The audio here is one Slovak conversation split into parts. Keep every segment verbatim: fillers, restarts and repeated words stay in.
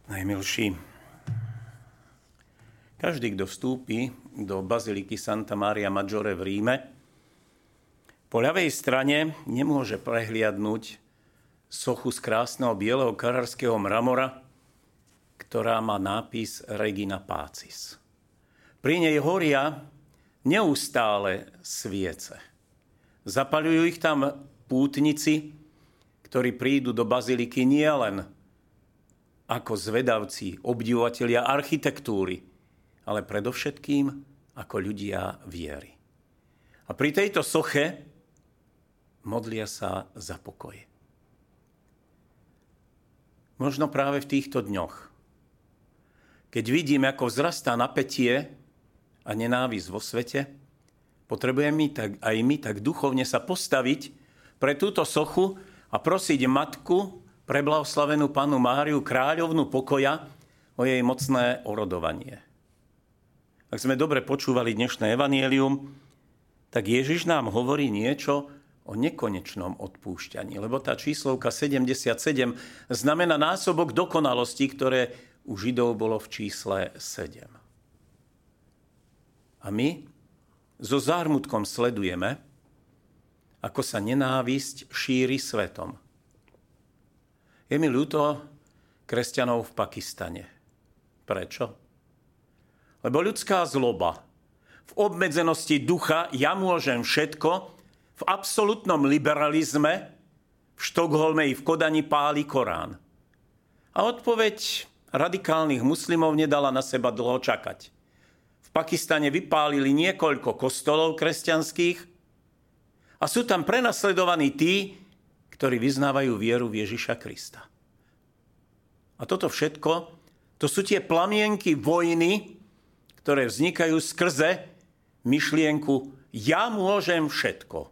Najmilší, každý, kto vstúpi do baziliky Santa Maria Maggiore v Ríme, po ľavej strane nemôže prehliadnúť sochu z krásneho bieleho carrarského mramora, ktorá má nápis Regina Pacis. Pri nej horia neustále sviece. Zapaľujú ich tam pútnici, ktorí prídu do baziliky nielen ako zvedavci, obdivovatelia architektúry, ale predovšetkým ako ľudia viery. A pri tejto soche modlia sa za pokoj. Možno práve v týchto dňoch, keď vidíme, ako vzrastá napätie a nenávisť vo svete, potrebujeme tak, aj my tak duchovne sa postaviť pre túto sochu a prosiť Matku, preblahoslavenú Pannu Máriu, kráľovnú pokoja, o jej mocné orodovanie. Ak sme dobre počúvali dnešné evanjelium, tak Ježiš nám hovorí niečo o nekonečnom odpúšťaní, lebo tá číslovka sedemdesiatsedem znamená násobok dokonalosti, ktoré u Židov bolo v čísle sedem. A my so zármutkom sledujeme, ako sa nenávisť šíri svetom. Je mi ľúto kresťanov v Pakistane. Prečo? Lebo ľudská zloba v obmedzenosti ducha, ja môžem všetko, v absolútnom liberalizme, v Štokholme i v Kodani páli Korán. A odpoveď radikálnych muslimov nedala na seba dlho čakať. V Pakistane vypálili niekoľko kostolov kresťanských a sú tam prenasledovaní tí, ktorí vyznávajú vieru v Ježiša Krista. A toto všetko, to sú tie plamienky vojny, ktoré vznikajú skrze myšlienku ja môžem všetko.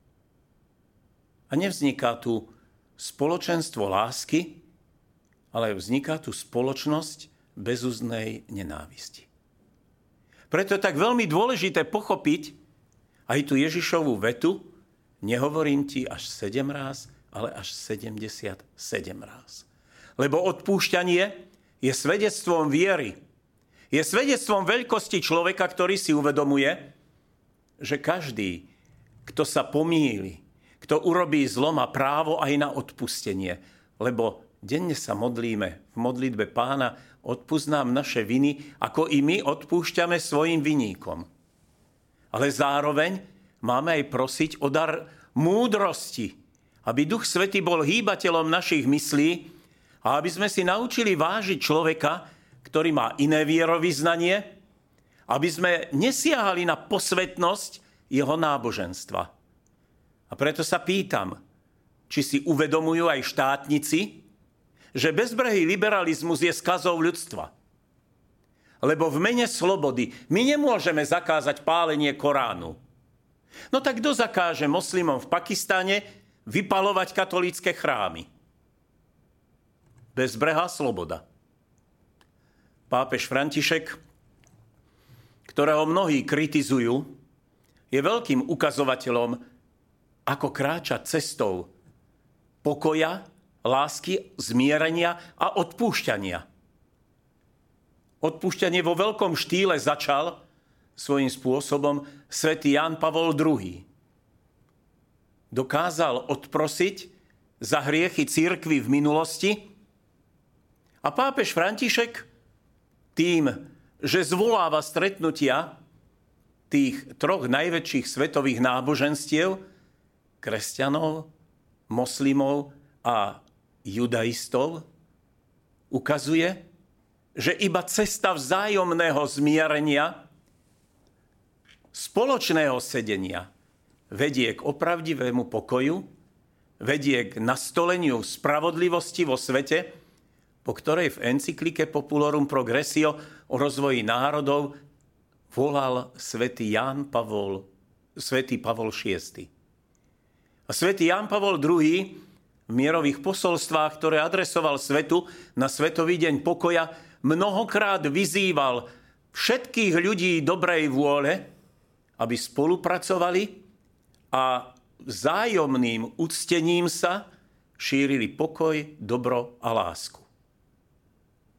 A nevzniká tu spoločenstvo lásky, ale vzniká tu spoločnosť bezúznej nenávisti. Preto je tak veľmi dôležité pochopiť aj tú Ježišovú vetu, nehovorím ti až sedem ráz, ale až sedemdesiatsedem ráz. Lebo odpúšťanie je svedectvom viery. Je svedectvom veľkosti človeka, ktorý si uvedomuje, že každý, kto sa pomýli, kto urobí zlo, má právo aj na odpustenie. Lebo denne sa modlíme v modlitbe Pána, odpusť nám naše viny, ako i my odpúšťame svojim viníkom. Ale zároveň máme aj prosiť o dar múdrosti, aby Duch Svätý bol hýbateľom našich myslí a aby sme si naučili vážiť človeka, ktorý má iné vierovyznanie, aby sme nesiahali na posvetnosť jeho náboženstva. A preto sa pýtam, či si uvedomujú aj štátnici, že bezbrehý liberalizmus je skazou ľudstva. Lebo v mene slobody my nemôžeme zakázať pálenie Koránu. No tak kto zakáže moslimom v Pakistane vypalovať katolícke chrámy? Bezbrehá sloboda. Pápež František, ktorého mnohí kritizujú, je veľkým ukazovateľom, ako kráča cestou pokoja, lásky, zmierenia a odpúšťania. Odpúšťanie vo veľkom štýle začal svojím spôsobom svätý Ján Pavol druhý. Dokázal odprosiť za hriechy cirkvi v minulosti a pápež František tým, že zvoláva stretnutia tých troch najväčších svetových náboženstiev, kresťanov, moslimov a judaistov, ukazuje, že iba cesta vzájomného zmierenia, spoločného sedenia vedie k opravdivému pokoju, vedie k nastoleniu spravodlivosti vo svete, po ktorej v encyklike Populorum Progressio o rozvoji národov volal svätý Ján Pavol, svätý Pavol šiesty. A svätý Ján Pavol druhý v mierových posolstvách, ktoré adresoval svetu na Svetový deň pokoja, mnohokrát vyzýval všetkých ľudí dobrej vôle, aby spolupracovali a vzájomným uctením sa šírili pokoj, dobro a lásku.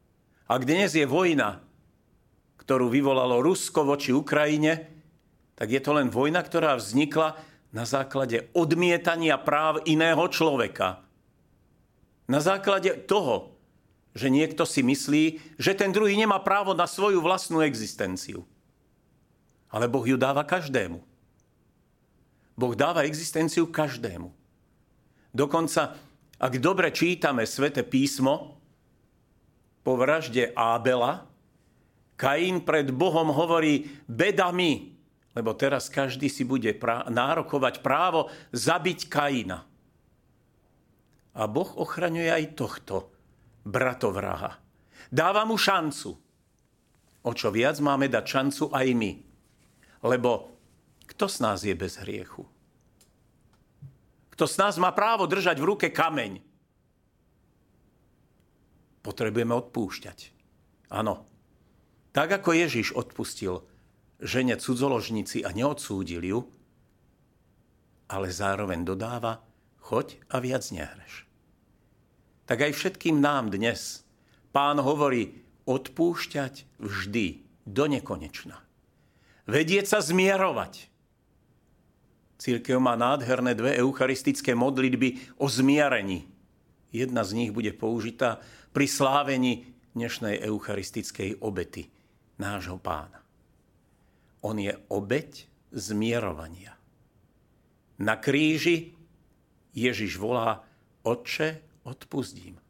Ak dnes je vojna, ktorú vyvolalo Rusko voči Ukrajine, tak je to len vojna, ktorá vznikla na základe odmietania práv iného človeka. Na základe toho, že niekto si myslí, že ten druhý nemá právo na svoju vlastnú existenciu. Ale Boh ju dáva každému. Boh dáva existenciu každému. Dokonca, ak dobre čítame Sväté písmo, po vražde Ábela, Kain pred Bohom hovorí: beda mi, lebo teraz každý si bude prá- nárokovať právo zabiť Kaina. A Boh ochraňuje aj tohto bratovraha. Dáva mu šancu. O čo viac máme dať šancu aj my. Lebo kto z nás je bez hriechu? Kto z nás má právo držať v ruke kameň? Potrebujeme odpúšťať. Áno. Tak ako Ježiš odpustil žene cudzoložnici a neodsúdil ju, ale zároveň dodáva: choď a viac nehreš. Tak aj všetkým nám dnes Pán hovorí: odpúšťať vždy, do nekonečna. Vedieť sa zmierovať. Cirkev má nádherné dve eucharistické modlitby o zmierení. Jedna z nich bude použitá pri slávení dnešnej eucharistickej obety nášho Pána. On je obeť zmierovania. Na kríži Ježiš volá: Otče, odpustím.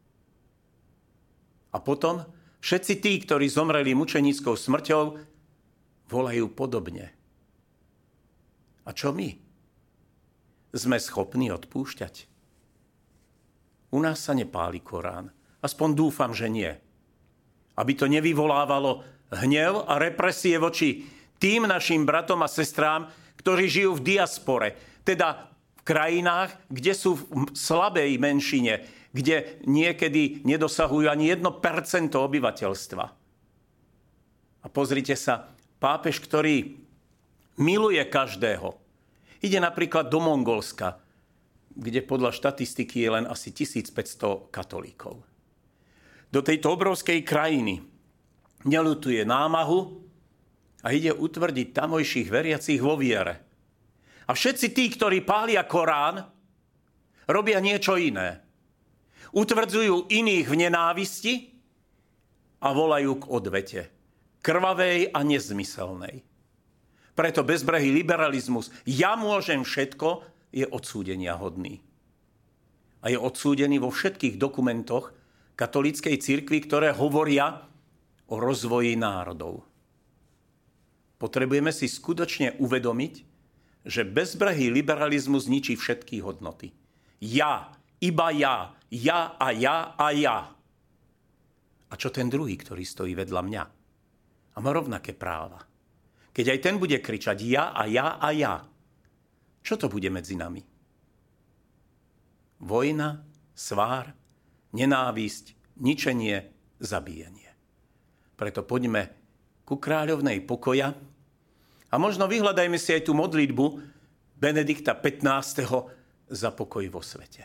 A potom všetci tí, ktorí zomreli mučenickou smrťou, volajú podobne. A čo my? Sme schopní odpúšťať? U nás sa nepáli Korán. Aspoň dúfam, že nie. Aby to nevyvolávalo hnev a represie voči tým našim bratom a sestrám, ktorí žijú v diaspore, teda v krajinách, kde sú v slabej menšine, kde niekedy nedosahujú ani jedno percento obyvateľstva. A pozrite sa, pápež, ktorý miluje každého, ide napríklad do Mongolska, kde podľa štatistiky je len asi tisícpäťsto katolíkov. Do tejto obrovskej krajiny neľutuje námahu a ide utvrdiť tamojších veriacich vo viere. A všetci tí, ktorí pália Korán, robia niečo iné. Utvrdzujú iných v nenávisti a volajú k odvete. Krvavej a nezmyselnej. Preto bezbrehý liberalizmus, ja môžem všetko, je odsúdenia hodný. A je odsúdený vo všetkých dokumentoch katolíckej cirkvi, ktoré hovoria o rozvoji národov. Potrebujeme si skutočne uvedomiť, že bezbrehý liberalizmus ničí všetky hodnoty. Ja, iba ja, ja a ja a ja. A čo ten druhý, ktorý stojí vedľa mňa? A má rovnaké práva. Keď aj ten bude kričať ja a ja a ja, čo to bude medzi nami? Vojna, svár, nenávisť, ničenie, zabíjanie. Preto poďme ku kráľovnej pokoja a možno vyhľadajme si aj tú modlitbu Benedikta pätnásteho za pokoj vo svete.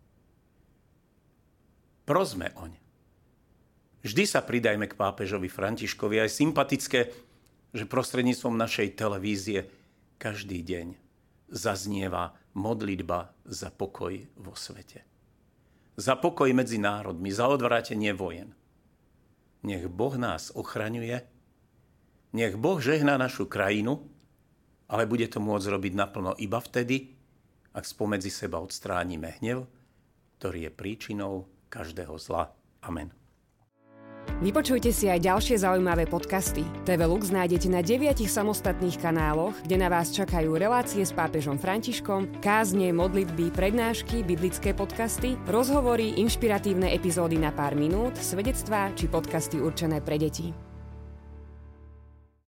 Prosme oň. Vždy sa pridajme k pápežovi Františkovi. Je sympatické, že prostredníctvom našej televízie každý deň zaznieva modlitba za pokoj vo svete. Za pokoj medzi národmi, za odvrátenie vojen. Nech Boh nás ochraňuje, nech Boh žehná našu krajinu, ale bude to môcť robiť naplno iba vtedy, ak spomedzi seba odstránime hnev, ktorý je príčinou každého zla. Amen. Vypočujte si aj ďalšie zaujímavé podcasty. té vé Lux nájdete na deviatich samostatných kanáloch, kde na vás čakajú relácie s pápežom Františkom, kázne, modlitby, prednášky, biblické podcasty, rozhovory, inšpiratívne epizódy na pár minút, svedectvá či podcasty určené pre deti.